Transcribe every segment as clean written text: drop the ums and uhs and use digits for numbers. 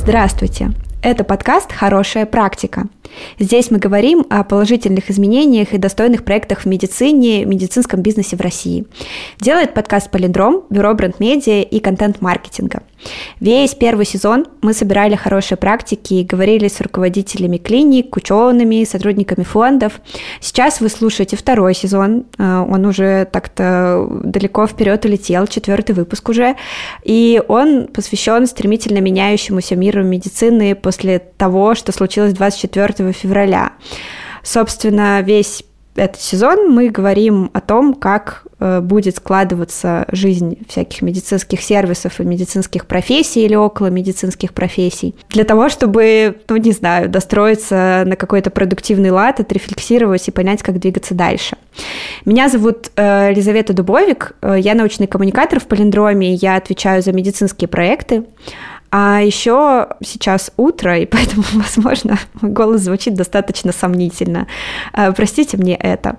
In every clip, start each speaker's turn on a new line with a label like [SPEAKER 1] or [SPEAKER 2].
[SPEAKER 1] Здравствуйте! Это подкаст «Хорошая практика». Здесь мы говорим о положительных изменениях и достойных проектах в медицине, медицинском бизнесе в России. Делает подкаст Полиндром, бюро бренд-медиа и контент-маркетинга. Весь первый сезон мы собирали хорошие практики и говорили с руководителями клиник, учеными, сотрудниками фондов. Сейчас вы слушаете второй сезон, он уже так-то далеко вперед улетел, 4-й выпуск уже, и он посвящен стремительно меняющемуся миру медицины после того, что случилось 24 февраля. Собственно, весь этот сезон мы говорим о том, как будет складываться жизнь всяких медицинских сервисов и медицинских профессий или около медицинских профессий, для того, чтобы, достроиться на какой-то продуктивный лад, отрефлексировать и понять, как двигаться дальше. Меня зовут Елизавета Дубовик, я научный коммуникатор в Полиндроме, я отвечаю за медицинские проекты. А еще сейчас утро, и поэтому, возможно, мой голос звучит достаточно сомнительно. Простите мне это.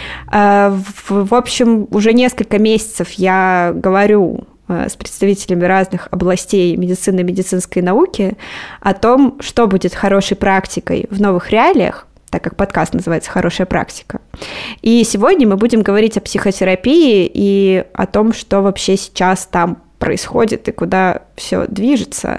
[SPEAKER 1] В общем, уже несколько месяцев я говорю с представителями разных областей медицины и медицинской науки о том, что будет хорошей практикой в новых реалиях, так как подкаст называется «Хорошая практика». И сегодня мы будем говорить о психотерапии и о том, что вообще сейчас там происходит и куда все движется.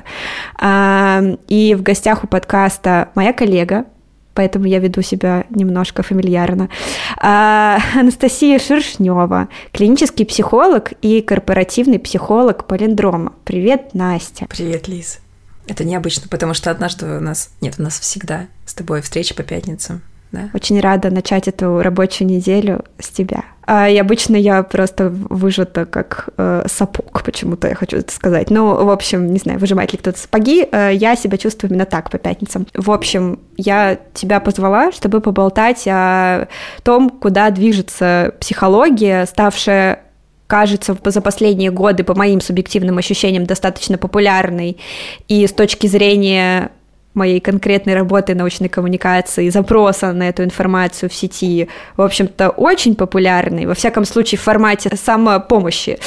[SPEAKER 1] И в гостях у подкаста моя коллега, поэтому я веду себя немножко фамильярно, Анастасия Шершнева, клинический психолог и корпоративный психолог Полиндрома. Привет, Настя.
[SPEAKER 2] Привет, Лиз. Это необычно, потому что однажды у нас всегда с тобой встреча по пятницам. Да?
[SPEAKER 1] Очень рада начать эту рабочую неделю с тебя. И обычно я просто выжата как сапог, почему-то я хочу это сказать. В общем, не знаю, выжимает ли кто-то сапоги, я себя чувствую именно так по пятницам. В общем, я тебя позвала, чтобы поболтать о том, куда движется психология, ставшая, кажется, за последние годы, по моим субъективным ощущениям, достаточно популярной и с точки зрения моей конкретной работы научной коммуникации, запроса на эту информацию в сети, в общем-то, очень популярный, во всяком случае, в формате самопомощи.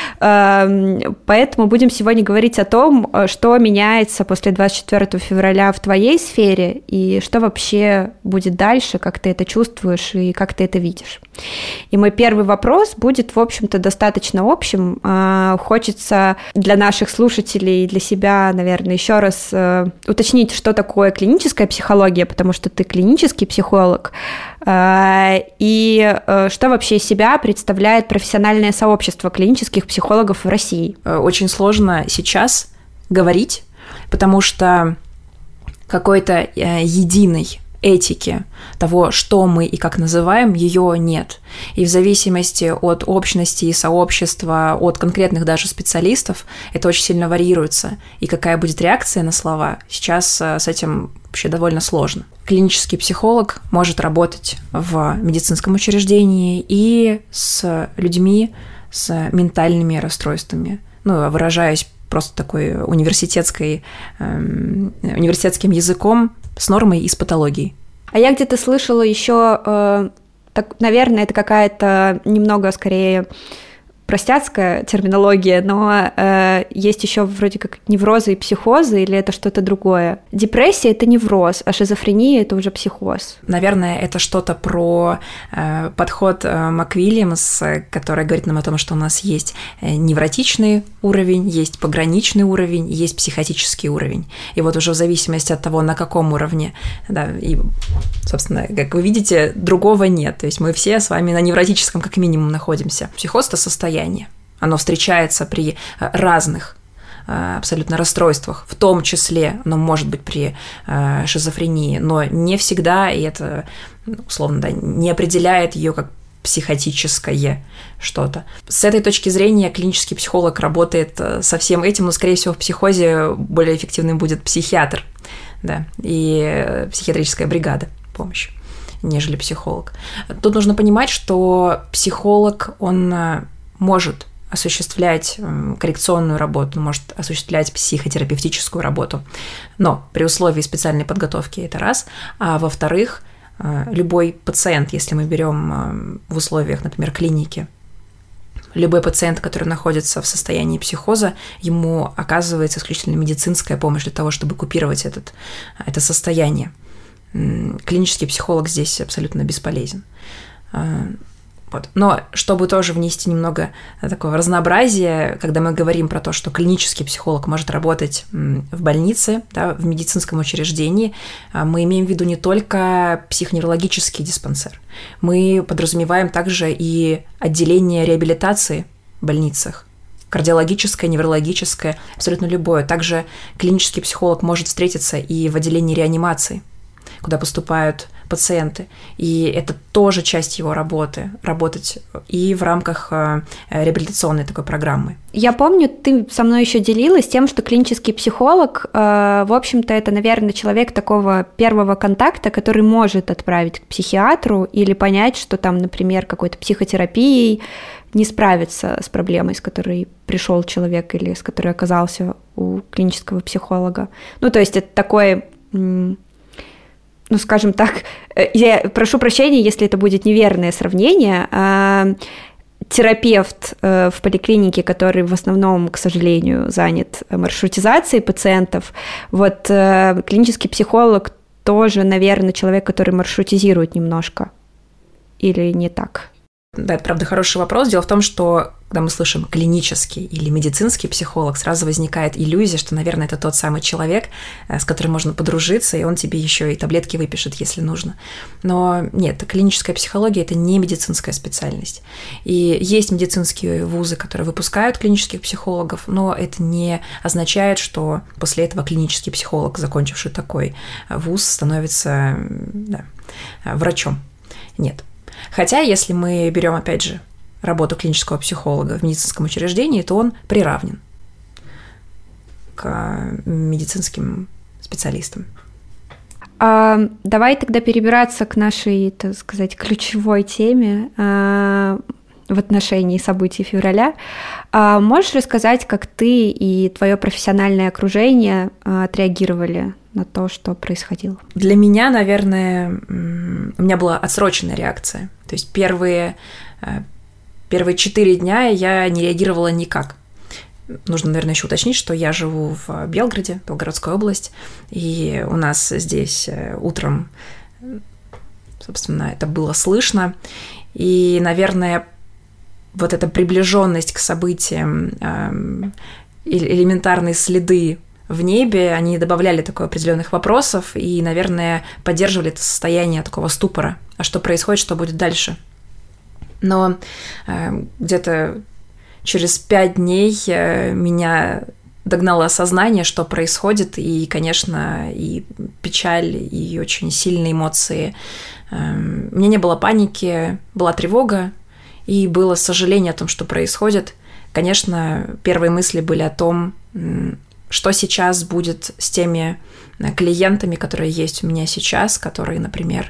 [SPEAKER 1] Поэтому будем сегодня говорить о том, что меняется после 24 февраля в твоей сфере и что вообще будет дальше, как ты это чувствуешь и как ты это видишь. И мой первый вопрос будет, в общем-то, достаточно общим. Хочется для наших слушателей и для себя, наверное, еще раз уточнить, что такое клиническая психология, потому что ты клинический психолог, и что вообще из себя представляет профессиональное сообщество клинических психологов в России?
[SPEAKER 2] Очень сложно сейчас говорить, потому что какой-то единой этики того, что мы и как называем, ее нет. И в зависимости от общности и сообщества, от конкретных даже специалистов, это очень сильно варьируется. И какая будет реакция на слова, сейчас с этим вообще довольно сложно. Клинический психолог может работать в медицинском учреждении и с людьми с ментальными расстройствами. Выражаясь просто такой университетским языком, с нормой и с патологией.
[SPEAKER 1] А я где-то слышала еще, наверное, это какая-то немного скорее простяцкая терминология, но есть еще вроде как неврозы и психозы, или это что-то другое? Депрессия – это невроз, а шизофрения – это уже психоз.
[SPEAKER 2] Наверное, это что-то про подход МакВильямс, который говорит нам о том, что у нас есть невротичный уровень, есть пограничный уровень, есть психотический уровень. И вот уже в зависимости от того, на каком уровне, да, и, собственно, как вы видите, другого нет. То есть мы все с вами на невротическом как минимум находимся. Психоз – это состояние. Оно встречается при разных абсолютно расстройствах, в том числе оно может быть при шизофрении, но не всегда, и это, условно, да, не определяет ее как психотическое что-то. С этой точки зрения клинический психолог работает со всем этим, но, скорее всего, в психозе более эффективным будет психиатр, да, и психиатрическая бригада помощи, нежели психолог. Тут нужно понимать, что психолог, он может осуществлять коррекционную работу, может осуществлять психотерапевтическую работу, но при условии специальной подготовки это раз, а во-вторых, любой пациент, если мы берем в условиях, например, клиники Любой пациент, который находится в состоянии психоза, ему оказывается исключительно медицинская помощь для того, чтобы купировать это состояние. Клинический психолог здесь абсолютно бесполезен. Вот. Но чтобы тоже внести немного такого разнообразия, когда мы говорим про то, что клинический психолог может работать в больнице, да, в медицинском учреждении, мы имеем в виду не только психоневрологический диспансер. Мы подразумеваем также и отделение реабилитации в больницах, кардиологическое, неврологическое, абсолютно любое. Также клинический психолог может встретиться и в отделении реанимации, куда поступают пациенты. И это тоже часть его работы, работать и в рамках реабилитационной такой программы.
[SPEAKER 1] Я помню, ты со мной еще делилась тем, что клинический психолог, в общем-то, это, наверное, человек такого первого контакта, который может отправить к психиатру или понять, что там, например, какой-то психотерапией не справится с проблемой, с которой пришел человек или с которой оказался у клинического психолога. Ну, то есть это такой... Ну, скажем так, я прошу прощения, если это будет неверное сравнение. Терапевт в поликлинике, который в основном, к сожалению, занят маршрутизацией пациентов, вот клинический психолог тоже, наверное, человек, который маршрутизирует немножко. Или не так?
[SPEAKER 2] Да, это, правда, хороший вопрос. Дело в том, что когда мы слышим клинический или медицинский психолог, сразу возникает иллюзия, что, наверное, это тот самый человек, с которым можно подружиться, и он тебе еще и таблетки выпишет, если нужно. Но нет, клиническая психология – это не медицинская специальность. И есть медицинские вузы, которые выпускают клинических психологов, но это не означает, что после этого клинический психолог, закончивший такой вуз, становится врачом. Нет. Хотя, если мы берем, опять же, работу клинического психолога в медицинском учреждении, то он приравнен к медицинским специалистам.
[SPEAKER 1] Давай тогда перебираться к нашей, так сказать, ключевой теме в отношении событий февраля. Можешь рассказать, как ты и твое профессиональное окружение отреагировали на то, что происходило?
[SPEAKER 2] Для меня, наверное, у меня была отсроченная реакция. То есть первые 4 дня я не реагировала никак. Нужно, наверное, еще уточнить, что я живу в Белгороде, Белгородская область, и у нас здесь утром, собственно, это было слышно. И, наверное, вот эта приближенность к событиям, элементарные следы в небе, они добавляли такой определенных вопросов и, наверное, поддерживали это состояние такого ступора. А что происходит, что будет дальше? Но где-то через 5 дней меня догнало осознание, что происходит, и, конечно, и печаль, и очень сильные эмоции. У меня не было паники, была тревога, и было сожаление о том, что происходит. Конечно, первые мысли были о том, что сейчас будет с теми клиентами, которые есть у меня сейчас, которые, например,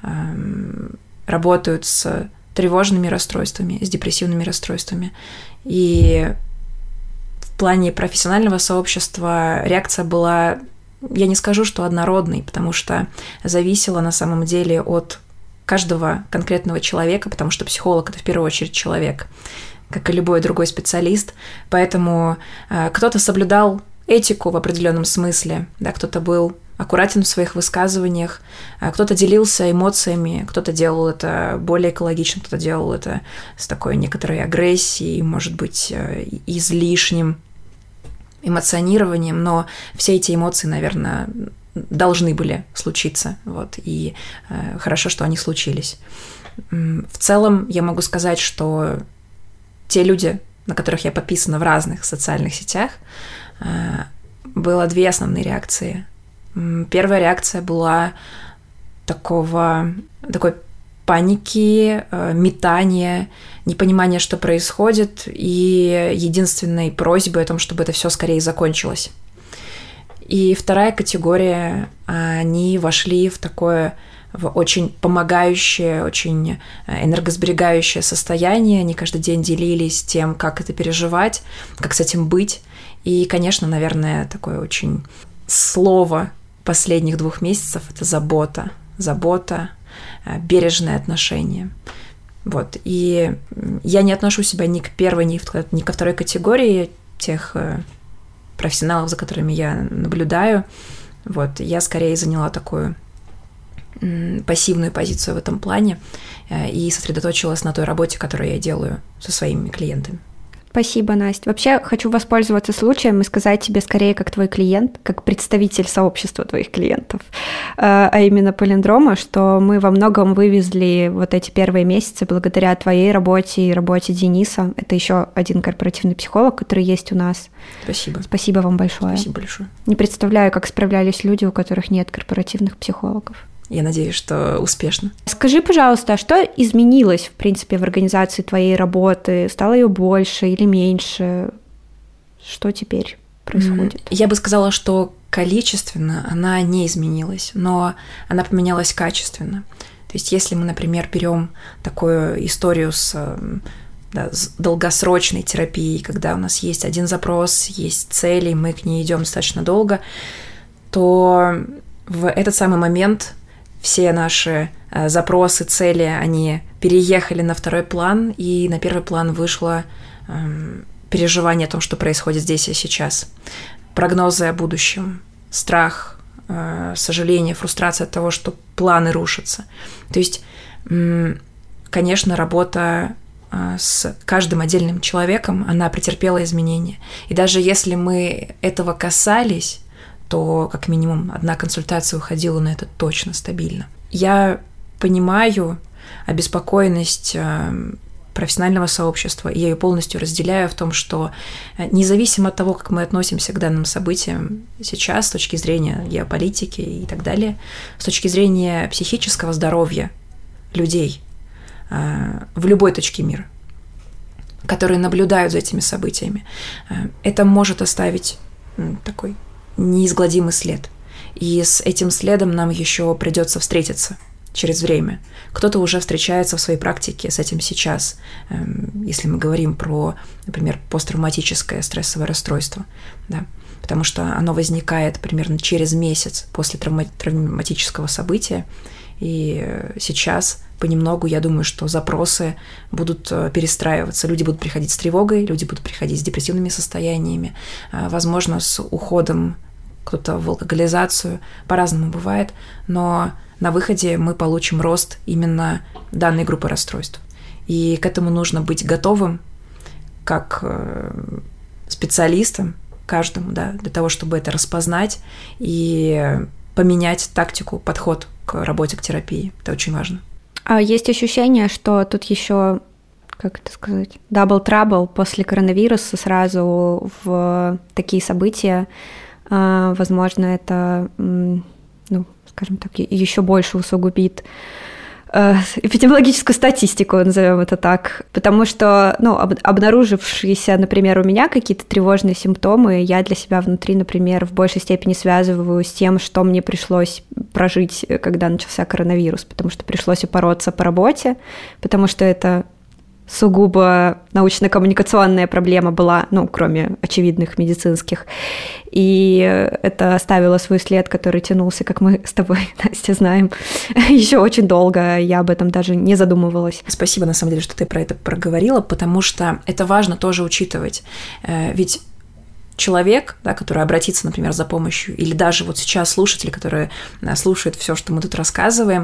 [SPEAKER 2] работают с тревожными расстройствами, с депрессивными расстройствами. И в плане профессионального сообщества реакция была, я не скажу, что однородной, потому что зависела на самом деле от каждого конкретного человека, потому что психолог – это в первую очередь человек, как и любой другой специалист. Поэтому кто-то соблюдал этику в определенном смысле, да, кто-то был аккуратен в своих высказываниях, кто-то делился эмоциями, кто-то делал это более экологично, кто-то делал это с такой некоторой агрессией, может быть, излишним эмоционированием, но все эти эмоции, наверное, должны были случиться, вот, и хорошо, что они случились. В целом я могу сказать, что те люди, на которых я подписана в разных социальных сетях, было 2 основные реакции. Первая реакция была такой паники, метания, непонимания, что происходит, и единственной просьбой о том, чтобы это все скорее закончилось. И вторая категория, они вошли в такое в очень помогающее, очень энергосберегающее состояние. Они каждый день делились тем, как это переживать, как с этим быть. И, конечно, наверное, такое очень слово последних 2 месяцев – это забота, бережное отношение. Вот. И я не отношу себя ни к первой, ни ко второй категории тех профессионалов, за которыми я наблюдаю. Вот. Я скорее заняла такую пассивную позицию в этом плане и сосредоточилась на той работе, которую я делаю со своими клиентами.
[SPEAKER 1] Спасибо, Настя. Вообще хочу воспользоваться случаем и сказать тебе скорее как твой клиент, как представитель сообщества твоих клиентов, а именно Полиндрома, что мы во многом вывезли вот эти первые месяцы благодаря твоей работе и работе Дениса. Это еще один корпоративный психолог, который есть у нас.
[SPEAKER 2] Спасибо.
[SPEAKER 1] Спасибо вам большое.
[SPEAKER 2] Спасибо большое.
[SPEAKER 1] Не представляю, как справлялись люди, у которых нет корпоративных психологов.
[SPEAKER 2] Я надеюсь, что успешно.
[SPEAKER 1] Скажи, пожалуйста, а что изменилось, в принципе, в организации твоей работы? Стало ее больше или меньше? Что теперь происходит?
[SPEAKER 2] Я бы сказала, что количественно она не изменилась, но она поменялась качественно. То есть если мы, например, берем такую историю с долгосрочной терапией, когда у нас есть один запрос, есть цели, и мы к ней идем достаточно долго, то в этот самый момент все наши запросы, цели, они переехали на второй план, и на первый план вышло переживание о том, что происходит здесь и сейчас. Прогнозы о будущем, страх, сожаление, фрустрация от того, что планы рушатся. То есть, конечно, работа с каждым отдельным человеком, она претерпела изменения. И даже если мы этого касались, то как минимум одна консультация уходила на это точно стабильно. Я понимаю обеспокоенность профессионального сообщества, и я ее полностью разделяю в том, что независимо от того, как мы относимся к данным событиям сейчас с точки зрения геополитики и так далее, с точки зрения психического здоровья людей в любой точке мира, которые наблюдают за этими событиями, это может оставить такой неизгладимый след. И с этим следом нам еще придется встретиться через время. Кто-то уже встречается в своей практике с этим сейчас, если мы говорим про, например, посттравматическое стрессовое расстройство, да, потому что оно возникает примерно через месяц после травматического события, и сейчас понемногу, я думаю, что запросы будут перестраиваться. Люди будут приходить с тревогой, люди будут приходить с депрессивными состояниями, возможно, с уходом, кто-то в алкоголизацию, по-разному бывает, но на выходе мы получим рост именно данной группы расстройств. И к этому нужно быть готовым как специалистам, каждому, да, для того, чтобы это распознать и поменять тактику, подход к работе, к терапии. Это очень важно.
[SPEAKER 1] А есть ощущение, что тут еще, как это сказать, double trouble после коронавируса сразу в такие события. Возможно, это, скажем так, еще больше усугубит эпидемиологическую статистику, назовем это так, потому что, обнаружившиеся, например, у меня какие-то тревожные симптомы, я для себя внутри, например, в большей степени связываю с тем, что мне пришлось прожить, когда начался коронавирус, потому что пришлось упороться по работе, потому что это сугубо научно-коммуникационная проблема была, кроме очевидных медицинских. И это оставило свой след, который тянулся, как мы с тобой, Настя, знаем, еще очень долго. Я об этом даже не задумывалась.
[SPEAKER 2] Спасибо, на самом деле, что ты про это проговорила, потому что это важно тоже учитывать. Ведь человек, да, который обратится, например, за помощью, или даже вот сейчас слушатели, которые слушают все, что мы тут рассказываем,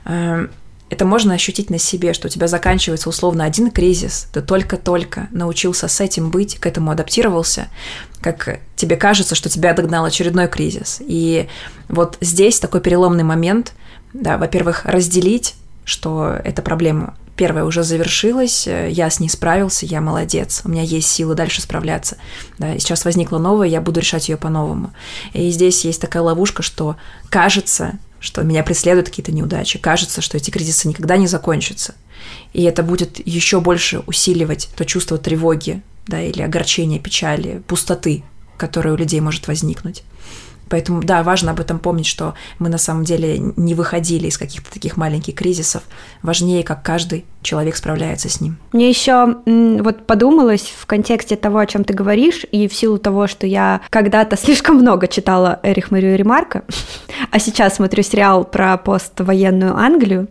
[SPEAKER 2] это можно ощутить на себе, что у тебя заканчивается условно один кризис, ты только-только научился с этим быть, к этому адаптировался, как тебе кажется, что тебя догнал очередной кризис. И вот здесь такой переломный момент, да, во-первых, разделить, что эта проблема первая уже завершилась, я с ней справился, я молодец, у меня есть силы дальше справляться. Да, и сейчас возникла новая, я буду решать ее по-новому. И здесь есть такая ловушка, что кажется, что меня преследуют какие-то неудачи, кажется, что эти кризисы никогда не закончатся. И это будет еще больше усиливать то чувство тревоги, да, или огорчения, печали, пустоты, которая у людей может возникнуть. Поэтому, да, важно об этом помнить, что мы на самом деле не выходили из каких-то таких маленьких кризисов. Важнее, как каждый человек справляется с ним.
[SPEAKER 1] Мне еще вот подумалось в контексте того, о чем ты говоришь, и в силу того, что я когда-то слишком много читала Эрих Марию Ремарка, а сейчас смотрю сериал про поствоенную Англию,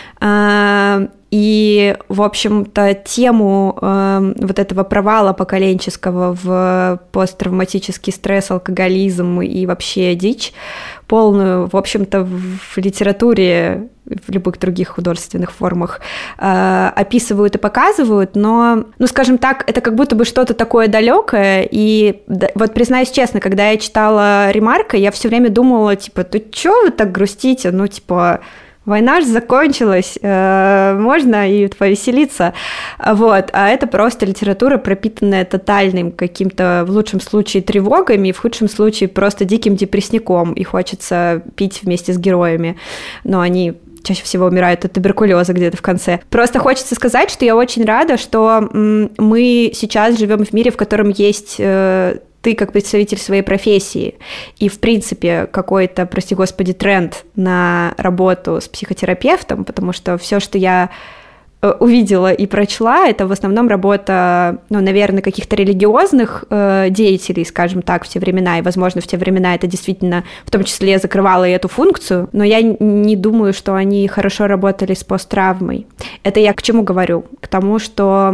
[SPEAKER 1] и, в общем-то, тему вот этого провала поколенческого в посттравматический стресс, алкоголизм и вообще дичь полную, в общем-то, в литературе, в любых других художественных формах описывают и показывают, но, ну, скажем так, это как будто бы что-то такое далекое, и вот признаюсь честно, когда я читала Ремарка, я все время думала, типа, ты чё вы так грустите, ну, типа... Война же закончилась, можно и повеселиться, вот, а это просто литература, пропитанная тотальным каким-то, в лучшем случае, тревогами, в худшем случае просто диким депрессником, и хочется пить вместе с героями, но они чаще всего умирают от туберкулеза где-то в конце. Просто хочется сказать, что я очень рада, что мы сейчас живем в мире, в котором есть... ты как представитель своей профессии и, в принципе, какой-то, прости господи, тренд на работу с психотерапевтом, потому что все, что я увидела и прочла, это в основном работа, ну, наверное, каких-то религиозных деятелей, скажем так, в те времена, и, возможно, в те времена это действительно, в том числе, закрывало и эту функцию, но я не думаю, что они хорошо работали с посттравмой. Это я к чему говорю? К тому, что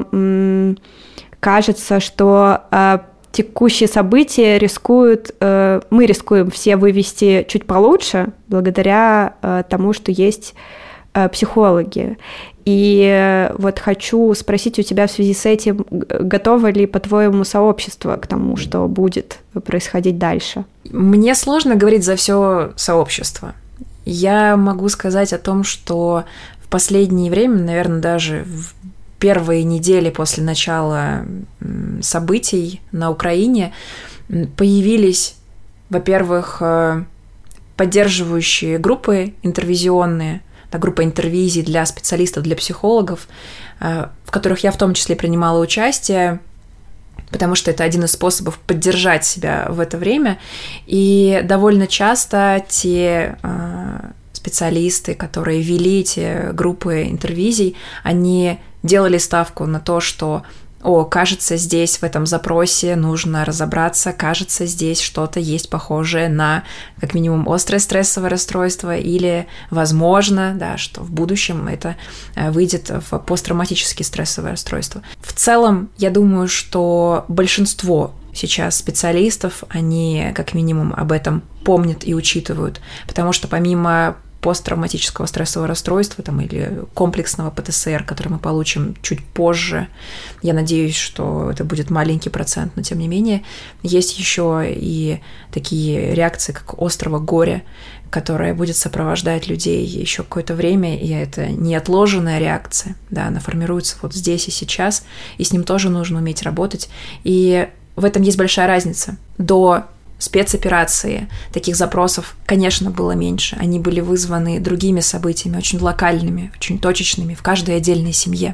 [SPEAKER 1] кажется, что... текущие события рискуют, мы рискуем все вывести чуть получше благодаря тому, что есть психологи. И вот хочу спросить у тебя в связи с этим, готово ли, по-твоему, сообщество к тому, что будет происходить дальше?
[SPEAKER 2] Мне сложно говорить за все сообщество. Я могу сказать о том, что в последнее время, наверное, даже в первые недели после начала событий на Украине появились, во-первых, поддерживающие группы интервизионные, группа интервизий для специалистов, для психологов, в которых я в том числе принимала участие, потому что это один из способов поддержать себя в это время. И довольно часто те специалисты, которые вели эти группы интервизий, они делали ставку на то, что кажется, здесь в этом запросе нужно разобраться, кажется, здесь что-то есть похожее на, как минимум, острое стрессовое расстройство или, возможно, да, что в будущем это выйдет в посттравматическое стрессовое расстройство. В целом, я думаю, что большинство сейчас специалистов, они, как минимум, об этом помнят и учитывают, потому что помимо посттравматического стрессового расстройства или комплексного ПТСР, который мы получим чуть позже. Я надеюсь, что это будет маленький процент, но тем не менее есть еще и такие реакции, как острого горя, которое будет сопровождать людей еще какое-то время, и это неотложенная реакция, да, она формируется вот здесь и сейчас, и с ним тоже нужно уметь работать, и в этом есть большая разница. До спецоперации таких запросов, конечно, было меньше. Они были вызваны другими событиями, очень локальными, очень точечными в каждой отдельной семье.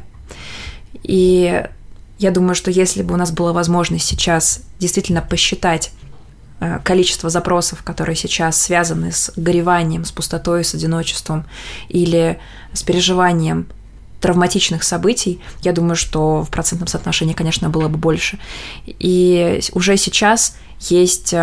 [SPEAKER 2] И я думаю, что если бы у нас была возможность сейчас действительно посчитать количество запросов, которые сейчас связаны с гореванием, с пустотой, с одиночеством или с переживанием травматичных событий, я думаю, что в процентном соотношении, конечно, было бы больше. И уже сейчас есть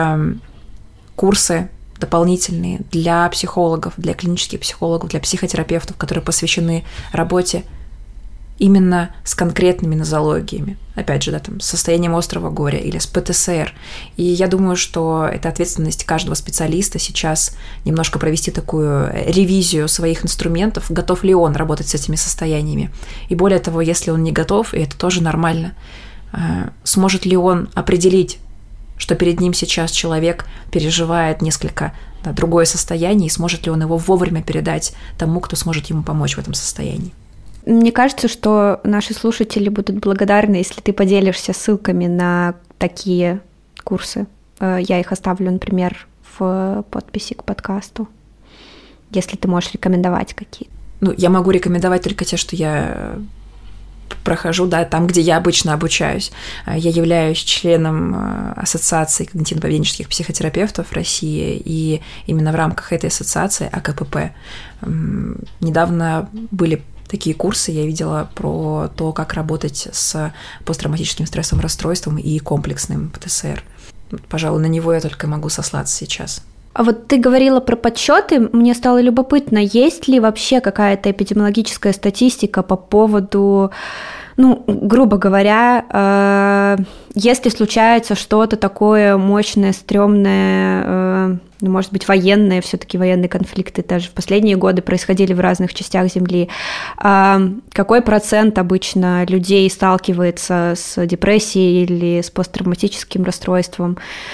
[SPEAKER 2] курсы дополнительные для психологов, для клинических психологов, для психотерапевтов, которые посвящены работе именно с конкретными нозологиями. Опять же, да, с состоянием острого горя или с ПТСР. И я думаю, что это ответственность каждого специалиста сейчас немножко провести такую ревизию своих инструментов, готов ли он работать с этими состояниями. И более того, если он не готов, и это тоже нормально, сможет ли он определить, что перед ним сейчас человек переживает несколько другое состояние, и сможет ли он его вовремя передать тому, кто сможет ему помочь в этом состоянии.
[SPEAKER 1] Мне кажется, что наши слушатели будут благодарны, если ты поделишься ссылками на такие курсы. Я их оставлю, например, в подписи к подкасту, если ты можешь рекомендовать какие-то.
[SPEAKER 2] Я могу рекомендовать только те, что я прохожу, да, там, где я обычно обучаюсь. Я являюсь членом Ассоциации когнитивно-поведенческих психотерапевтов России, и именно в рамках этой ассоциации АКПП недавно были такие курсы, я видела про то, как работать с посттравматическим стрессовым расстройством и комплексным ПТСР. Пожалуй, на него я только могу сослаться сейчас.
[SPEAKER 1] А вот ты говорила про подсчеты, мне стало любопытно, есть ли вообще какая-то эпидемиологическая статистика по поводу, грубо говоря, если случается что-то такое мощное, стрёмное, может быть, военное, все-таки военные конфликты даже в последние годы происходили в разных частях Земли, какой процент обычно людей сталкивается с депрессией или с посттравматическим расстройством?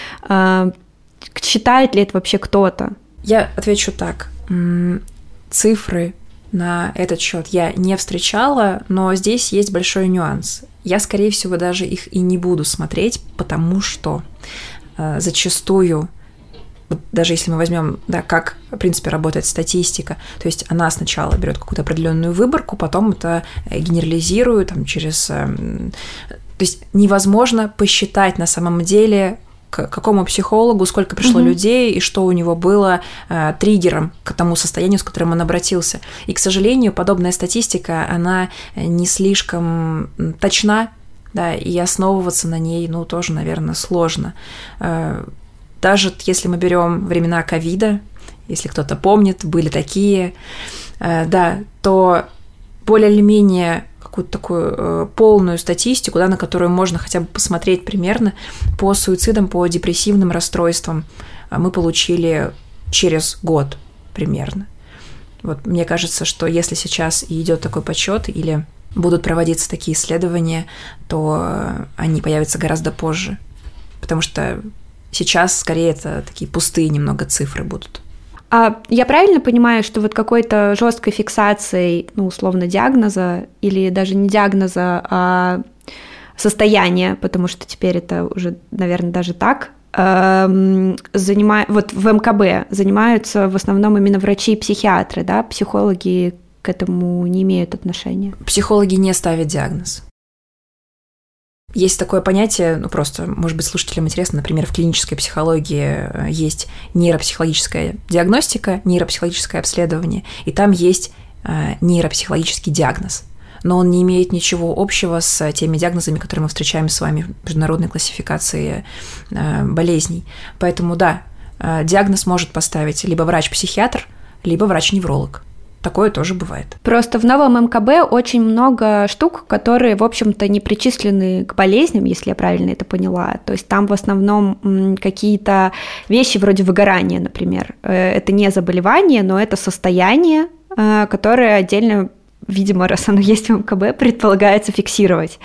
[SPEAKER 1] Считает ли это вообще кто-то?
[SPEAKER 2] Я отвечу так. Цифры на этот счет я не встречала, но здесь есть большой нюанс. Я, скорее всего, даже их и не буду смотреть, потому что зачастую, даже если мы возьмем, как, в принципе, работает статистика, то есть она сначала берет какую-то определенную выборку, потом это генерализирует через... То есть невозможно посчитать на самом деле, к какому психологу, сколько пришло людей и что у него было триггером к тому состоянию, с которым он обратился. И, к сожалению, подобная статистика, она не слишком точна, и основываться на ней, тоже, наверное, сложно. Даже если мы берем времена ковида, если кто-то помнит, были такие, то более или менее какую-то такую полную статистику, на которую можно хотя бы посмотреть примерно по суицидам, по депрессивным расстройствам мы получили через год примерно. Вот мне кажется, что если сейчас и идет такой подсчет или будут проводиться такие исследования, то они появятся гораздо позже, потому что сейчас скорее это такие пустые немного цифры будут.
[SPEAKER 1] А я правильно понимаю, что вот какой-то жесткой фиксацией, условно, диагноза, или даже не диагноза, а состояния, потому что теперь это уже, наверное, даже так, вот в МКБ занимаются в основном именно врачи и психиатры, да? Психологи к этому не имеют отношения?
[SPEAKER 2] Психологи не ставят диагноз. Есть такое понятие, просто, может быть, слушателям интересно, например, в клинической психологии есть нейропсихологическая диагностика, нейропсихологическое обследование, и там есть нейропсихологический диагноз. Но он не имеет ничего общего с теми диагнозами, которые мы встречаем с вами в международной классификации болезней. Поэтому, диагноз может поставить либо врач-психиатр, либо врач-невролог. Такое тоже бывает.
[SPEAKER 1] Просто в новом МКБ очень много штук, которые, в общем-то, не причислены к болезням, если я правильно это поняла. То есть там в основном какие-то вещи вроде выгорания, например. Это не заболевание, но это состояние, которое отдельно, видимо, раз оно есть в МКБ, предполагается фиксировать.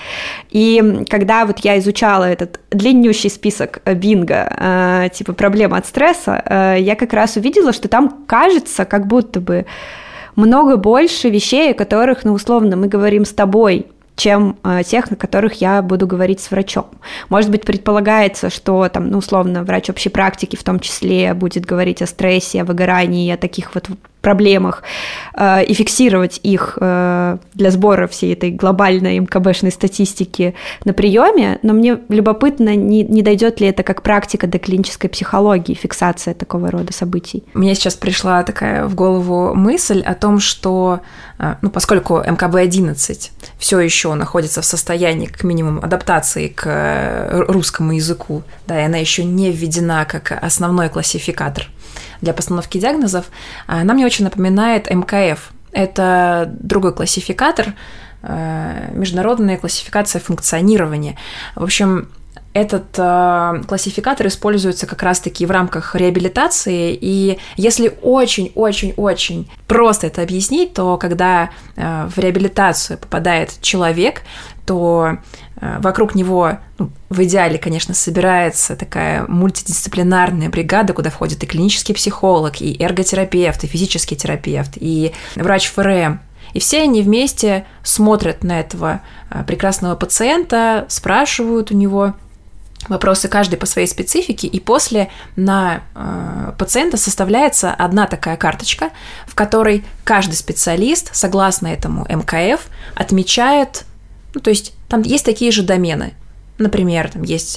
[SPEAKER 1] И когда вот я изучала этот длиннющий список бинго, типа проблемы от стресса, я как раз увидела, что там кажется, как будто бы много больше вещей, о которых, условно, мы говорим с тобой, чем тех, на которых я буду говорить с врачом. Может быть, предполагается, что там, условно, врач общей практики в том числе будет говорить о стрессе, о выгорании, о таких вот проблемах и фиксировать их для сбора всей этой глобальной МКБшной статистики на приеме, но мне любопытно, не дойдет ли это как практика до клинической психологии, фиксация такого рода событий.
[SPEAKER 2] Мне сейчас пришла такая в голову мысль о том, что, поскольку МКБ-11 все еще находится в состоянии, как минимум, адаптации к русскому языку, и она еще не введена как основной классификатор для постановки диагнозов, она мне очень напоминает МКФ. Это другой классификатор, международная классификация функционирования. В общем, этот классификатор используется как раз-таки в рамках реабилитации, и если очень-очень-очень просто это объяснить, то когда в реабилитацию попадает человек, то вокруг него, в идеале, конечно, собирается такая мультидисциплинарная бригада, куда входит и клинический психолог, и эрготерапевт, и физический терапевт, и врач ФРМ. И все они вместе смотрят на этого прекрасного пациента, спрашивают у него вопросы каждый по своей специфике, и после на пациента составляется одна такая карточка, в которой каждый специалист, согласно этому МКФ, отмечает, то есть там есть такие же домены. Например, там есть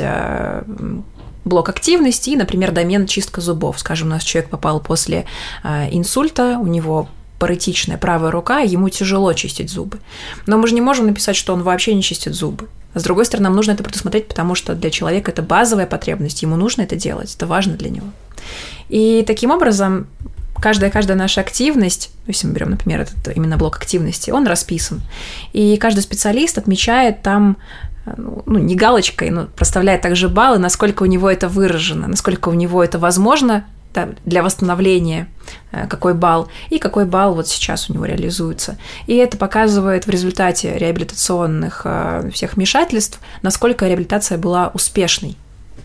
[SPEAKER 2] блок активности и, например, домен чистка зубов. Скажем, у нас человек попал после инсульта, у него паретичная правая рука, ему тяжело чистить зубы. Но мы же не можем написать, что он вообще не чистит зубы. С другой стороны, нам нужно это предусмотреть, потому что для человека это базовая потребность, ему нужно это делать, это важно для него. И таким образом каждая наша активность, если мы берем, например, этот именно блок активности, он расписан. И каждый специалист отмечает там, не галочкой, но проставляет также баллы, насколько у него это выражено, насколько у него это возможно для восстановления, какой балл, и какой балл вот сейчас у него реализуется. И это показывает в результате реабилитационных всех вмешательств, насколько реабилитация была успешной.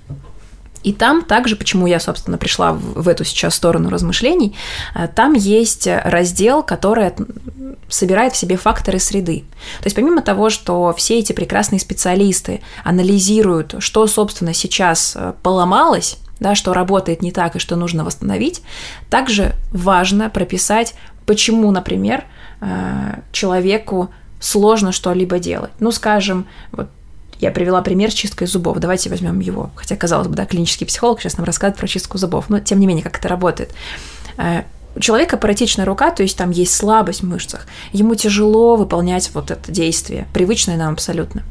[SPEAKER 2] И там также, почему я, собственно, пришла в эту сейчас сторону размышлений, там есть раздел, который собирает в себе факторы среды. То есть помимо того, что все эти прекрасные специалисты анализируют, что, собственно, сейчас поломалось, да, что работает не так и что нужно восстановить, также важно прописать, почему, например, человеку сложно что-либо делать. Скажем, вот я привела пример с чисткой зубов. Давайте возьмем его. Хотя, казалось бы, клинический психолог сейчас нам рассказывает про чистку зубов. Но, тем не менее, как это работает. У человека паретичная рука, то есть там есть слабость в мышцах. Ему тяжело выполнять вот это действие, привычное нам абсолютно.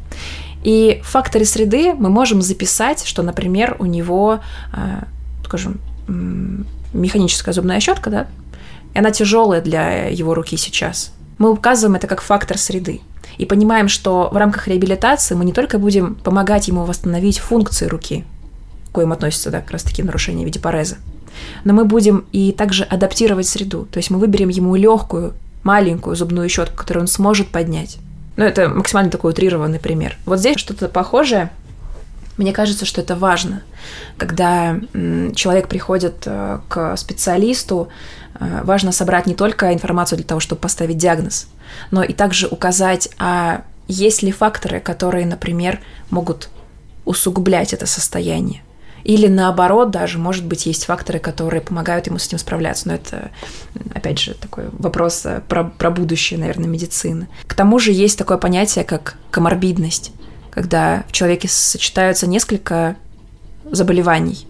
[SPEAKER 2] И в факторе среды мы можем записать, что, например, у него, скажем, механическая зубная щетка, да, и она тяжелая для его руки сейчас. Мы указываем это как фактор среды. И понимаем, что в рамках реабилитации мы не только будем помогать ему восстановить функции руки, к коим относятся, как раз таки нарушения в виде пареза, но мы будем и также адаптировать среду. То есть мы выберем ему легкую, маленькую зубную щетку, которую он сможет поднять. Это максимально такой утрированный пример. Вот здесь что-то похожее. Мне кажется, что это важно. Когда человек приходит к специалисту, важно собрать не только информацию для того, чтобы поставить диагноз, но и также указать, а есть ли факторы, которые, например, могут усугублять это состояние. Или наоборот, даже, может быть, есть факторы, которые помогают ему с этим справляться. Но это, опять же, такой вопрос про будущее, наверное, медицины. К тому же есть такое понятие, как коморбидность, когда в человеке сочетаются несколько заболеваний.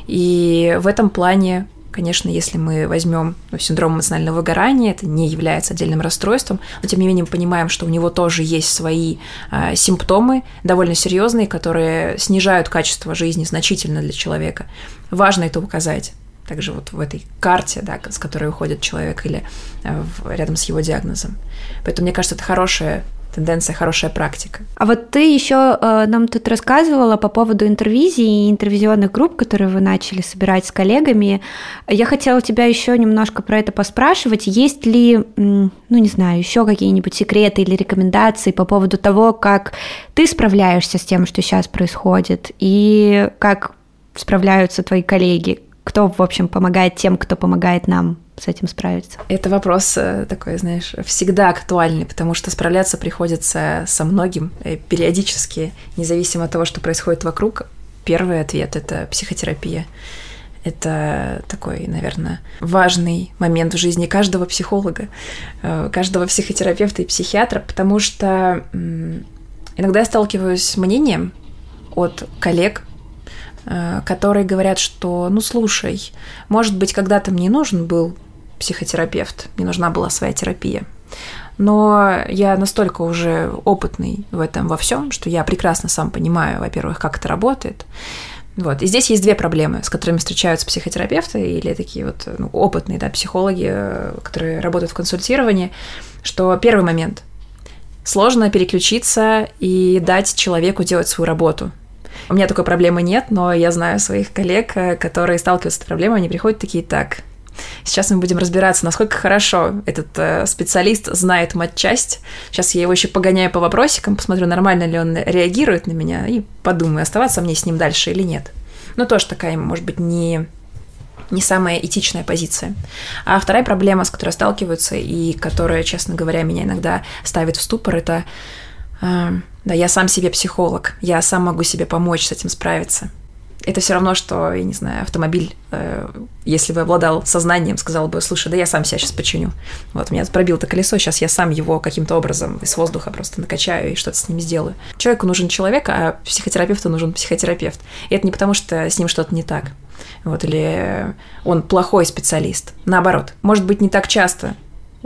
[SPEAKER 2] И в этом плане, конечно, если мы возьмем синдром эмоционального выгорания, это не является отдельным расстройством, но тем не менее мы понимаем, что у него тоже есть свои симптомы, довольно серьезные, которые снижают качество жизни значительно для человека. Важно это указать. Также вот в этой карте, да, с которой уходит человек, или рядом с его диагнозом. Поэтому, мне кажется, это хорошая тенденция, хорошая практика.
[SPEAKER 1] А вот ты еще нам тут рассказывала по поводу интервизий и интервизионных групп, которые вы начали собирать с коллегами. Я хотела тебя еще немножко про это поспрашивать. Есть ли, не знаю, еще какие-нибудь секреты или рекомендации по поводу того, как ты справляешься с тем, что сейчас происходит, и как справляются твои коллеги? Кто, в общем, помогает тем, кто помогает нам с этим справиться?
[SPEAKER 2] Это вопрос такой, знаешь, всегда актуальный, потому что справляться приходится со многим периодически, независимо от того, что происходит вокруг. Первый ответ – это психотерапия. Это такой, наверное, важный момент в жизни каждого психолога, каждого психотерапевта и психиатра, потому что иногда я сталкиваюсь с мнением от коллег, которые говорят, что, слушай, может быть, когда-то мне нужен был психотерапевт, мне нужна была своя терапия, но я настолько уже опытный в этом во всем, что я прекрасно сам понимаю, во-первых, как это работает. Вот. И здесь есть две проблемы, с которыми встречаются психотерапевты или такие вот опытные, да, психологи, которые работают в консультировании, что первый момент – сложно переключиться и дать человеку делать свою работу. У меня такой проблемы нет, но я знаю своих коллег, которые сталкиваются с этой проблемой, они приходят такие: так, сейчас мы будем разбираться, насколько хорошо этот специалист знает матчасть. Сейчас я его еще погоняю по вопросикам, посмотрю, нормально ли он реагирует на меня, и подумаю, оставаться мне с ним дальше или нет. Тоже такая, может быть, не самая этичная позиция. А вторая проблема, с которой сталкиваются, и которая, честно говоря, меня иногда ставит в ступор, это... Да, я сам себе психолог, я сам могу себе помочь с этим справиться. Это все равно, что, я не знаю, автомобиль, если бы обладал сознанием, сказал бы: слушай, да я сам себя сейчас починю. Вот, у меня пробило-то колесо, сейчас я сам его каким-то образом из воздуха просто накачаю и что-то с ним сделаю. Человеку нужен человек, а психотерапевту нужен психотерапевт. И это не потому, что с ним что-то не так. Вот, или он плохой специалист. Наоборот, может быть, не так часто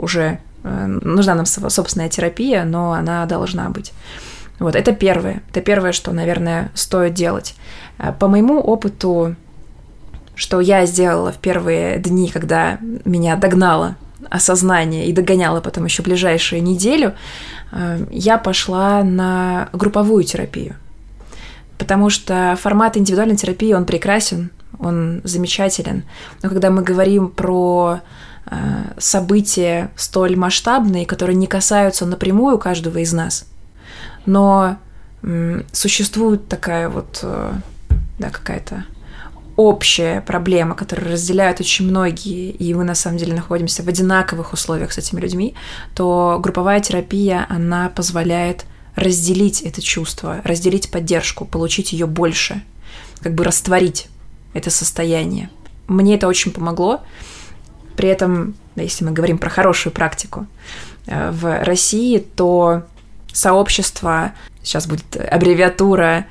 [SPEAKER 2] уже нужна нам собственная терапия, но она должна быть. Вот, это первое. Это первое, что, наверное, стоит делать. По моему опыту, что я сделала в первые дни, когда меня догнало осознание и догоняло потом еще ближайшую неделю, я пошла на групповую терапию. Потому что формат индивидуальной терапии, он прекрасен, он замечателен. Но когда мы говорим про события столь масштабные, которые не касаются напрямую каждого из нас, но существует такая вот, да, какая-то общая проблема, которую разделяют очень многие, и мы на самом деле находимся в одинаковых условиях с этими людьми, то групповая терапия, она позволяет разделить это чувство, разделить поддержку, получить ее больше, как бы растворить это состояние. Мне это очень помогло. При этом, если мы говорим про хорошую практику в России, то сообщество, сейчас будет аббревиатура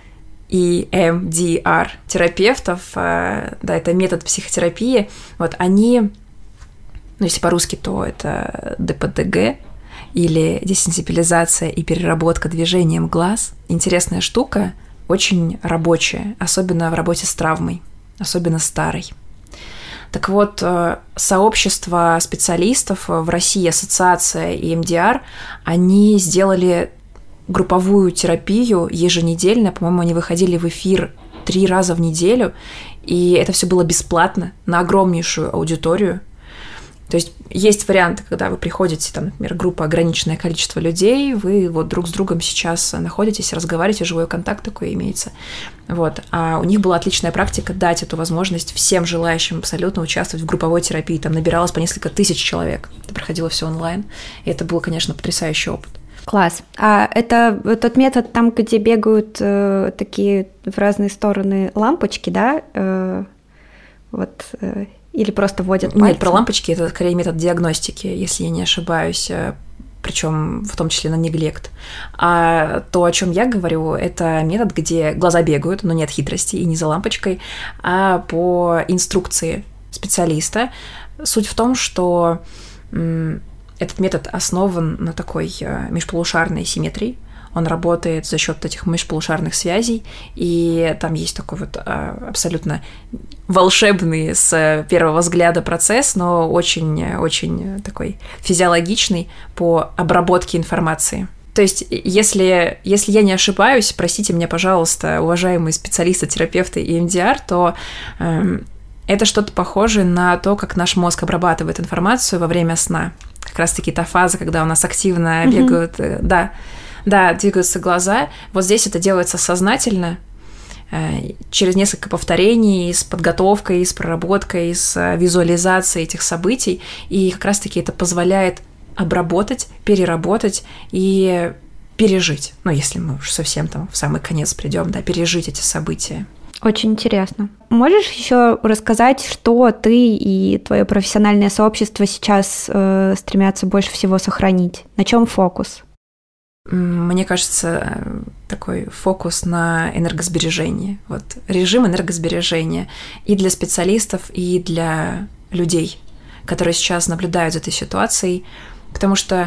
[SPEAKER 2] EMDR терапевтов, да, это метод психотерапии, вот они, ну, если по-русски, то это ДПТГ, или десенсибилизация и переработка движением глаз. Интересная штука, очень рабочая, особенно в работе с травмой, особенно старой. Так вот, сообщество специалистов в России, ассоциация EMDR, они сделали групповую терапию еженедельно, по-моему, они выходили в эфир 3 раза в неделю, и это все было бесплатно на огромнейшую аудиторию. То есть есть варианты, когда вы приходите, там, например, группа ограниченное количество людей, вы вот друг с другом сейчас находитесь, разговариваете, живой контакт такой имеется. Вот. А у них была отличная практика дать эту возможность всем желающим абсолютно участвовать в групповой терапии. Там набиралось по несколько тысяч человек. Это проходило все онлайн. И это был, конечно, потрясающий опыт.
[SPEAKER 1] Класс. А это тот метод, там, где бегают такие в разные стороны лампочки, да? Или просто вводят пальцем?
[SPEAKER 2] Нет, про лампочки это скорее метод диагностики, если я не ошибаюсь, причем в том числе на неглект. А то, о чем я говорю, это метод, где глаза бегают, но нет хитрости и не за лампочкой, а по инструкции специалиста. Суть в том, что этот метод основан на такой межполушарной симметрии. Он работает за счет этих межполушарных связей, и там есть такой вот абсолютно волшебный с первого взгляда процесс, но очень-очень такой физиологичный по обработке информации. То есть, если я не ошибаюсь, простите меня, пожалуйста, уважаемые специалисты, терапевты и EMDR, то это что-то похожее на то, как наш мозг обрабатывает информацию во время сна. Как раз-таки та фаза, когда у нас активно бегают, да, двигаются глаза. Вот здесь это делается сознательно, через несколько повторений, с подготовкой, с проработкой, с визуализацией этих событий. И как раз-таки это позволяет обработать, переработать и пережить. Ну, если мы уж совсем там в самый конец придем, да, пережить эти события.
[SPEAKER 1] Очень интересно. Можешь еще рассказать, что ты и твое профессиональное сообщество сейчас стремятся больше всего сохранить? На чем фокус?
[SPEAKER 2] Мне кажется, такой фокус на энергосбережении. Вот режим энергосбережения и для специалистов, и для людей, которые сейчас наблюдают за этой ситуацией, потому что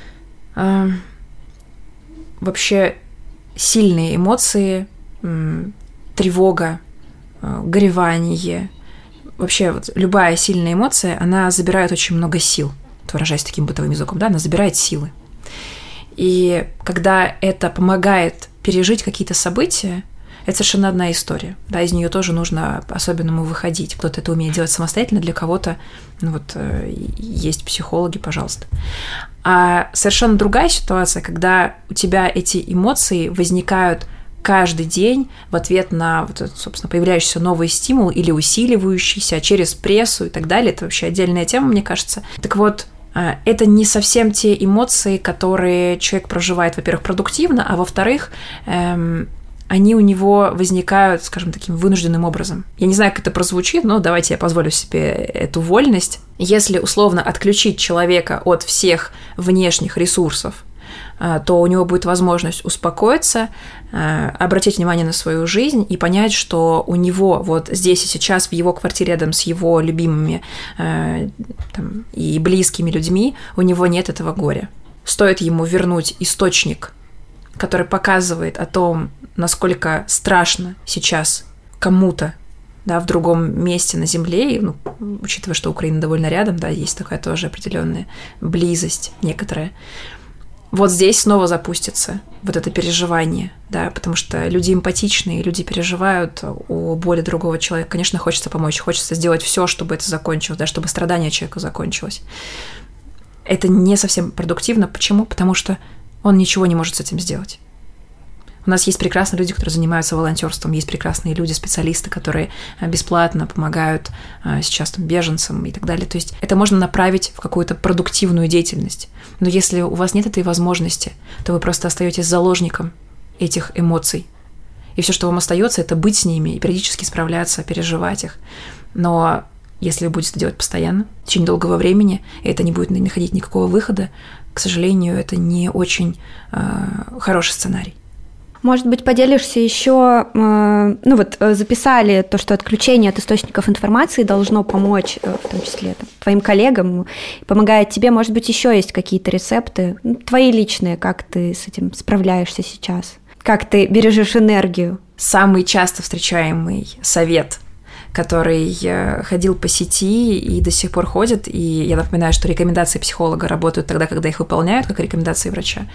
[SPEAKER 2] вообще сильные эмоции, тревога, горевание, вообще вот любая сильная эмоция, она забирает очень много сил, выражаясь таким бытовым языком, да, она забирает силы. И когда это помогает пережить какие-то события, это совершенно одна история. Да, из нее тоже нужно по-особенному выходить. Кто-то это умеет делать самостоятельно, для кого-то есть психологи, пожалуйста. А совершенно другая ситуация, когда у тебя эти эмоции возникают каждый день в ответ на, собственно, появляющийся новый стимул или усиливающийся через прессу и так далее. Это вообще отдельная тема, мне кажется. Так вот, это не совсем те эмоции, которые человек проживает, во-первых, продуктивно, а во-вторых, они у него возникают, скажем, таким вынужденным образом. Я не знаю, как это прозвучит, но давайте я позволю себе эту вольность. Если условно отключить человека от всех внешних ресурсов, то у него будет возможность успокоиться, обратить внимание на свою жизнь и понять, что у него вот здесь и сейчас, в его квартире рядом с его любимыми там, и близкими людьми, у него нет этого горя. Стоит ему вернуть источник, который показывает о том, насколько страшно сейчас кому-то, да, в другом месте на Земле, и, учитывая, что Украина довольно рядом, да, есть такая тоже определенная близость некоторая. Вот здесь снова запустится вот это переживание, да, потому что люди эмпатичные, люди переживают о боли другого человека. Конечно, хочется помочь, хочется сделать все, чтобы это закончилось, да, чтобы страдание человека закончилось. Это не совсем продуктивно. Почему? Потому что он ничего не может с этим сделать. У нас есть прекрасные люди, которые занимаются волонтерством, есть прекрасные люди, специалисты, которые бесплатно помогают сейчас там, беженцам и так далее. То есть это можно направить в какую-то продуктивную деятельность. Но если у вас нет этой возможности, то вы просто остаетесь заложником этих эмоций. И все, что вам остается, это быть с ними и периодически справляться, переживать их. Но если вы будете это делать постоянно, в течение долгого времени, и это не будет находить никакого выхода, к сожалению, это не очень хороший сценарий.
[SPEAKER 1] Может быть, поделишься еще, записали то, что отключение от источников информации должно помочь, в том числе твоим коллегам, помогает тебе. Может быть, еще есть какие-то рецепты, твои личные, как ты с этим справляешься сейчас, как ты бережешь энергию?
[SPEAKER 2] Самый часто встречаемый совет, который ходил по сети и до сих пор ходит, и я напоминаю, что рекомендации психолога работают тогда, когда их выполняют, как рекомендации врача,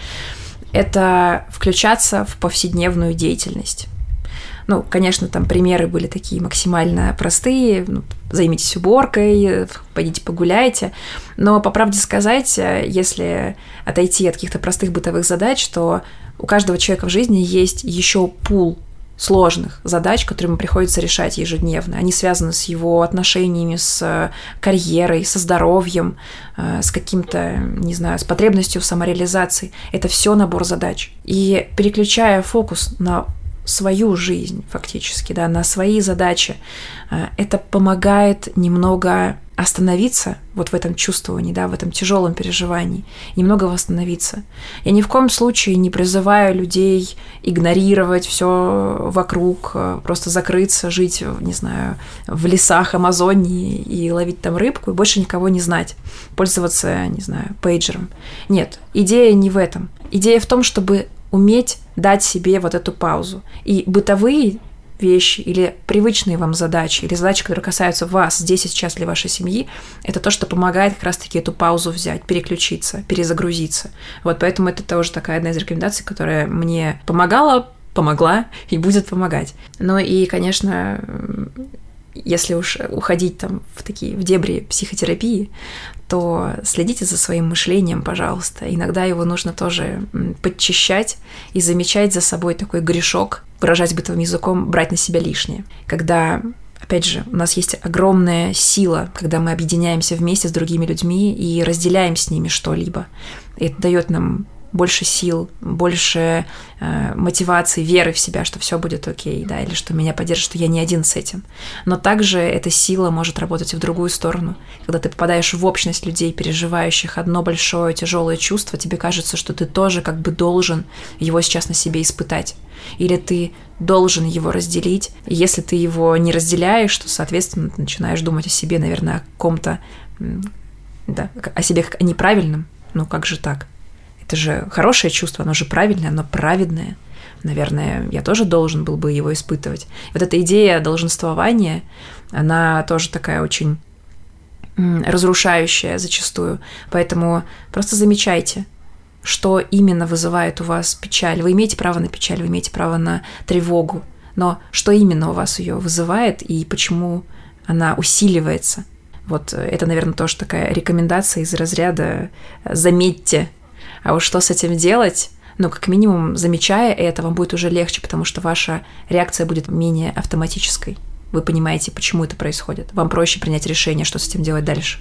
[SPEAKER 2] это включаться в повседневную деятельность. Конечно, там примеры были такие максимально простые. Займитесь уборкой, пойдите погуляйте. Но, по правде сказать, если отойти от каких-то простых бытовых задач, то у каждого человека в жизни есть еще пул сложных задач, которые ему приходится решать ежедневно. Они связаны с его отношениями, с карьерой, со здоровьем, с каким-то, не знаю, с потребностью в самореализации. Это все набор задач. И переключая фокус на свою жизнь фактически, да, на свои задачи, это помогает немного остановиться вот в этом чувствовании, да, в этом тяжелом переживании, немного восстановиться. Я ни в коем случае не призываю людей игнорировать все вокруг, просто закрыться, жить, не знаю, в лесах Амазонии и ловить там рыбку и больше никого не знать, пользоваться, не знаю, пейджером. Нет, идея не в этом. Идея в том, чтобы уметь дать себе вот эту паузу. И бытовые вещи или привычные вам задачи, или задачи, которые касаются вас здесь и сейчас для вашей семьи, это то, что помогает как раз-таки эту паузу взять, переключиться, перезагрузиться. Вот поэтому это тоже такая одна из рекомендаций, которая мне помогла и будет помогать. Ну и, конечно, если уж уходить там в дебри психотерапии, то следите за своим мышлением, пожалуйста. Иногда его нужно тоже подчищать и замечать за собой такой грешок, выражать бытовым языком, брать на себя лишнее. Когда, опять же, у нас есть огромная сила, когда мы объединяемся вместе с другими людьми и разделяем с ними что-либо. И это дает нам больше сил, больше мотивации, веры в себя, что все будет окей, да, или что меня поддержат, что я не один с этим. Но также эта сила может работать и в другую сторону. Когда ты попадаешь в общность людей, переживающих одно большое тяжелое чувство, тебе кажется, что ты тоже как бы должен его сейчас на себе испытать. Или ты должен его разделить. И если ты его не разделяешь, то, соответственно, ты начинаешь думать о себе, наверное, о ком-то, да, о себе как о неправильном. Как же так? Это же хорошее чувство, оно же правильное, оно праведное. Наверное, я тоже должен был бы его испытывать. Вот эта идея долженствования, она тоже такая очень разрушающая зачастую. Поэтому просто замечайте, что именно вызывает у вас печаль. Вы имеете право на печаль, вы имеете право на тревогу. Но что именно у вас ее вызывает и почему она усиливается? Вот это, наверное, тоже такая рекомендация из разряда «заметьте». А уж что с этим делать? Как минимум, замечая это, вам будет уже легче, потому что ваша реакция будет менее автоматической. Вы понимаете, почему это происходит. Вам проще принять решение, что с этим делать дальше.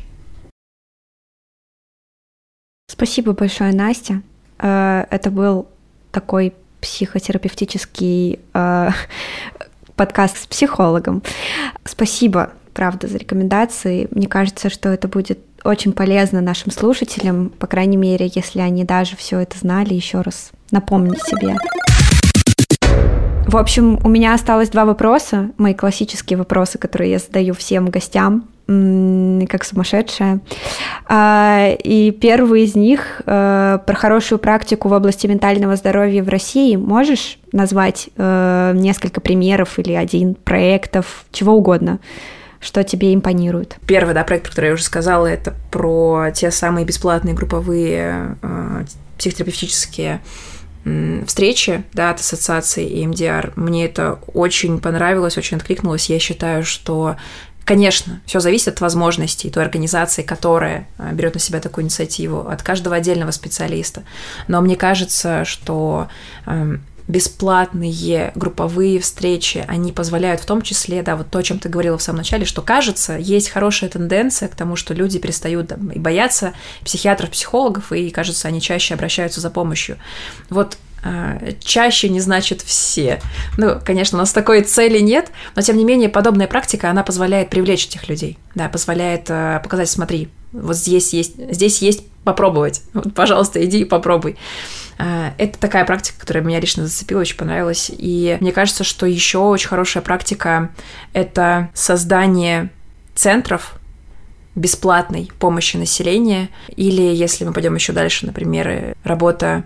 [SPEAKER 1] Спасибо большое, Настя. Это был такой психотерапевтический подкаст с психологом. Спасибо, правда, за рекомендации. Мне кажется, что это будет очень полезно нашим слушателям, по крайней мере, если они даже все это знали, еще раз напомнить себе. В общем, у меня осталось 2 вопроса, мои классические вопросы, которые я задаю всем гостям, как сумасшедшая. И первый из них про хорошую практику в области ментального здоровья в России. Можешь назвать несколько примеров или 1 проектов, чего угодно, что тебе импонирует?
[SPEAKER 2] Первый, проект, про который я уже сказала, это про те самые бесплатные групповые психотерапевтические встречи, от ассоциации EMDR. Мне это очень понравилось, очень откликнулось. Я считаю, что, конечно, все зависит от возможностей той организации, которая берет на себя такую инициативу, от каждого отдельного специалиста. Но мне кажется, что бесплатные групповые встречи, они позволяют в том числе, вот то, о чем ты говорила в самом начале, что, кажется, есть хорошая тенденция к тому, что люди перестают и бояться психиатров, психологов, и, кажется, они чаще обращаются за помощью. Чаще не значит все. Конечно, у нас такой цели нет, но, тем не менее, подобная практика, она позволяет привлечь этих людей, позволяет показать, смотри, вот здесь есть попробовать, пожалуйста, иди и попробуй. Это такая практика, которая меня лично зацепила, очень понравилась. И мне кажется, что еще очень хорошая практика – это создание центров бесплатной помощи населению. Или, если мы пойдем еще дальше, например, работа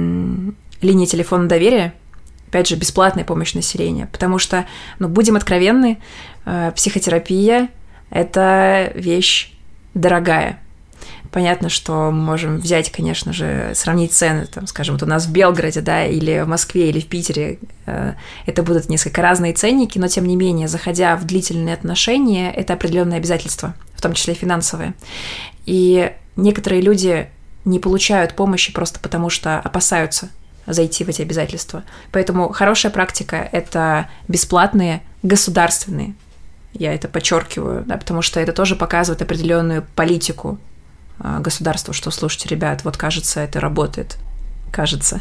[SPEAKER 2] линии телефона доверия, опять же, бесплатная помощь населению. Потому что, будем откровенны, психотерапия – это вещь дорогая. Понятно, что мы можем взять, конечно же, сравнить цены, скажем, у нас в Белгороде, или в Москве, или в Питере. Это будут несколько разные ценники, но, тем не менее, заходя в длительные отношения, это определенные обязательства, в том числе финансовые. И некоторые люди не получают помощи просто потому, что опасаются зайти в эти обязательства. Поэтому хорошая практика – это бесплатные государственные. Я это подчеркиваю, потому что это тоже показывает определенную политику государству, что, слушайте, ребят, кажется, это работает. Кажется,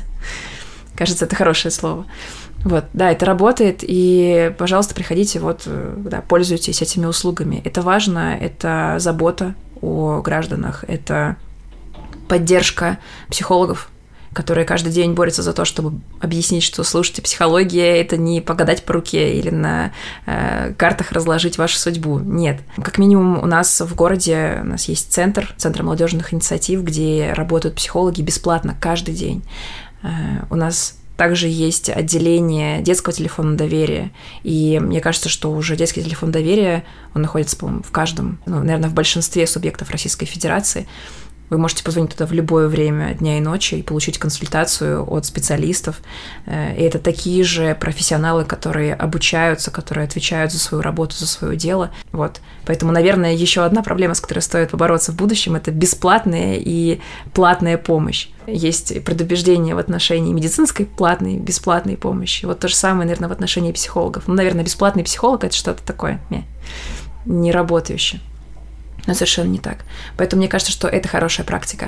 [SPEAKER 2] это хорошее слово. Это работает, и, пожалуйста, приходите, пользуйтесь этими услугами. Это важно, это забота о гражданах, это поддержка психологов, которые каждый день борются за то, чтобы объяснить, что, слушайте, психология – это не погадать по руке или на картах разложить вашу судьбу. Нет. Как минимум у нас в городе у нас есть центр молодежных инициатив, где работают психологи бесплатно каждый день. У нас также есть отделение детского телефона доверия, и мне кажется, что уже детский телефон доверия, он находится, по-моему, в каждом, наверное, в большинстве субъектов Российской Федерации. Вы можете позвонить туда в любое время дня и ночи и получить консультацию от специалистов. И это такие же профессионалы, которые обучаются, которые отвечают за свою работу, за свое дело. Поэтому, наверное, еще одна проблема, с которой стоит побороться в будущем, это бесплатная и платная помощь. Есть предубеждение в отношении медицинской платной, бесплатной помощи. То же самое, наверное, в отношении психологов. Наверное, бесплатный психолог – это что-то такое не работающее. Но совершенно не так. Поэтому мне кажется, что это хорошая практика.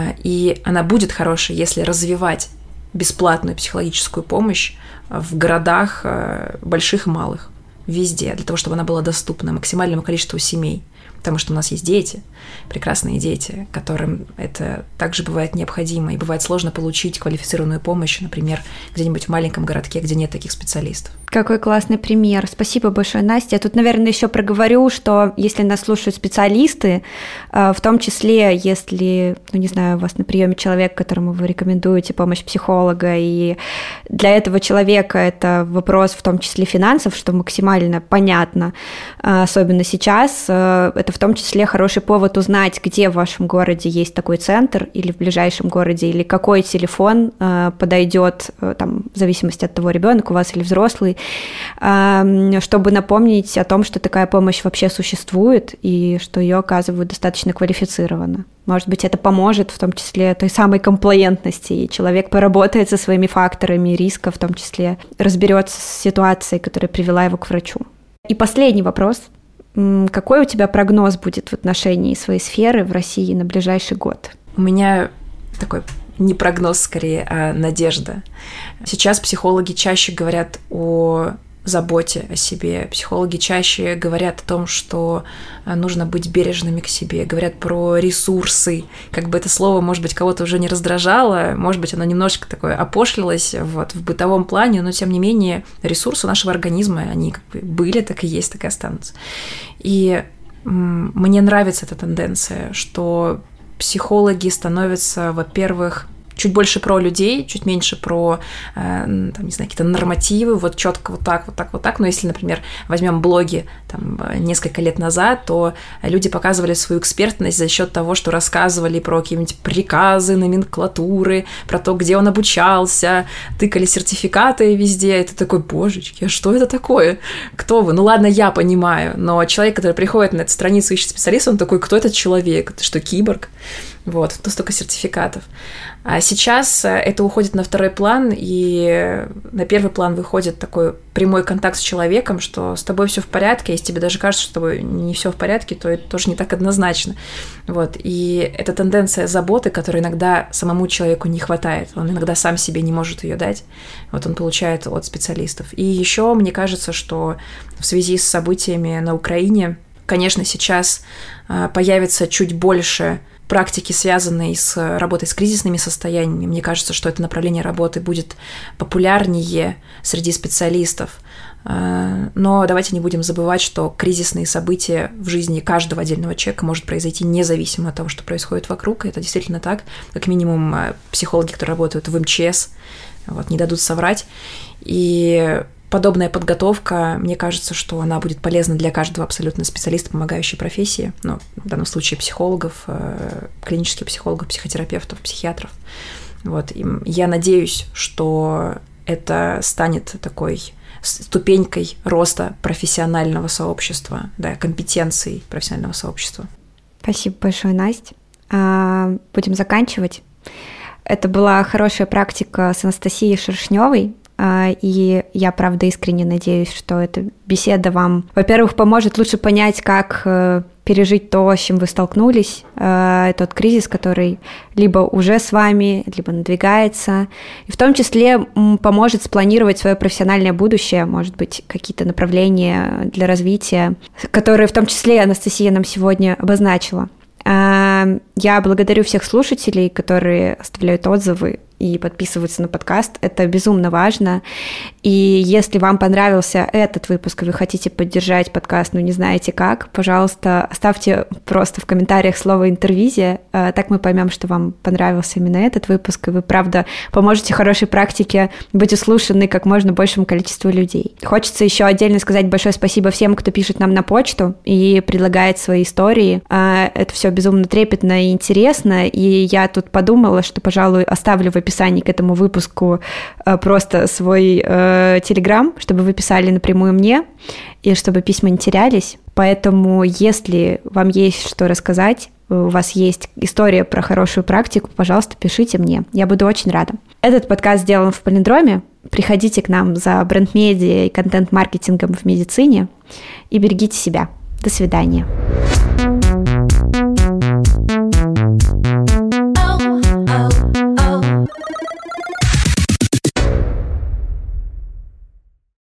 [SPEAKER 2] И она будет хорошей, если развивать бесплатную психологическую помощь в городах больших и малых, везде, для того, чтобы она была доступна максимальному количеству семей. Потому что у нас есть дети, прекрасные дети, которым это также бывает необходимо, и бывает сложно получить квалифицированную помощь, например, где-нибудь в маленьком городке, где нет таких специалистов.
[SPEAKER 1] Какой классный пример. Спасибо большое, Настя. Я тут, наверное, еще проговорю, что если нас слушают специалисты, в том числе, если, не знаю, у вас на приеме человек, которому вы рекомендуете помощь психолога, и для этого человека это вопрос в том числе финансов, что максимально понятно, особенно сейчас, это в том числе хороший повод узнать, где в вашем городе есть такой центр, или в ближайшем городе, или какой телефон подойдет, в зависимости от того, ребенок у вас или взрослый, чтобы напомнить о том, что такая помощь вообще существует и что ее оказывают достаточно квалифицированно. Может быть, это поможет в том числе той самой комплаентности, и человек поработает со своими факторами риска, в том числе разберется с ситуацией, которая привела его к врачу. И последний вопрос. Какой у тебя прогноз будет в отношении своей сферы в России на ближайший год?
[SPEAKER 2] У меня такой не прогноз скорее, а надежда. Сейчас психологи чаще говорят о заботе о себе. Психологи чаще говорят о том, что нужно быть бережными к себе, говорят про ресурсы. Как бы это слово, может быть, кого-то уже не раздражало, может быть, оно немножечко такое опошлилось вот, в бытовом плане, но, тем не менее, ресурсы нашего организма, они как бы были, так и есть, так и останутся. И мне нравится эта тенденция, что психологи становятся, во-первых, чуть больше про людей, чуть меньше про, там, не знаю, какие-то нормативы, вот четко вот так, вот так, вот так. Но если, например, возьмем блоги там, несколько лет назад, то люди показывали свою экспертность за счет того, что рассказывали про какие-нибудь приказы, номенклатуры, про то, где он обучался, тыкали сертификаты везде. И ты такой, божечки, а что это такое? Кто вы? Ну ладно, я понимаю, но человек, который приходит на эту страницу, ищет специалиста, он такой, кто этот человек? Это что, киборг? Вот, то столько сертификатов. А сейчас это уходит на второй план, и на первый план выходит такой прямой контакт с человеком, что с тобой все в порядке, если тебе даже кажется, что с тобой не все в порядке, то это тоже не так однозначно. Вот, и это тенденция заботы, которой иногда самому человеку не хватает, он иногда сам себе не может ее дать, вот он получает от специалистов. И еще мне кажется, что в связи с событиями на Украине, конечно, сейчас появится чуть больше практики, связанные с работой с кризисными состояниями. Мне кажется, что это направление работы будет популярнее среди специалистов. Но давайте не будем забывать, что кризисные события в жизни каждого отдельного человека может произойти независимо от того, что происходит вокруг. И это действительно так. Как минимум, психологи, которые работают в МЧС, вот, не дадут соврать. И подобная подготовка, мне кажется, что она будет полезна для каждого абсолютно специалиста, помогающей профессии, ну, в данном случае психологов, клинических психологов, психотерапевтов, психиатров. Вот. И я надеюсь, что это станет такой ступенькой роста профессионального сообщества, да, компетенций профессионального сообщества.
[SPEAKER 1] Спасибо большое, Настя. Будем заканчивать. Это была хорошая практика с Анастасией Шершневой. И я, правда, искренне надеюсь, что эта беседа вам, во-первых, поможет лучше понять, как пережить то, с чем вы столкнулись, тот кризис, который либо уже с вами, либо надвигается, и в том числе поможет спланировать свое профессиональное будущее, может быть, какие-то направления для развития, которые в том числе Анастасия нам сегодня обозначила. Я благодарю всех слушателей, которые оставляют отзывы и подписываются на подкаст. Это безумно важно. И если вам понравился этот выпуск, и вы хотите поддержать подкаст, но не знаете как, пожалуйста, оставьте просто в комментариях слово «интервизия». Так мы поймем, что вам понравился именно этот выпуск, и вы, правда, поможете хорошей практике быть услышанной как можно большему количеству людей. Хочется еще отдельно сказать большое спасибо всем, кто пишет нам на почту и предлагает свои истории. Это все безумно трепетно и интересно, и я тут подумала, что, пожалуй, оставлю в описании к этому выпуску просто свой Телеграм, чтобы вы писали напрямую мне, и чтобы письма не терялись. Поэтому, если вам есть что рассказать, у вас есть история про хорошую практику, пожалуйста, пишите мне. Я буду очень рада. Этот подкаст сделан в Полиндроме. Приходите к нам за бренд-медиа и контент-маркетингом в медицине и берегите себя. До свидания.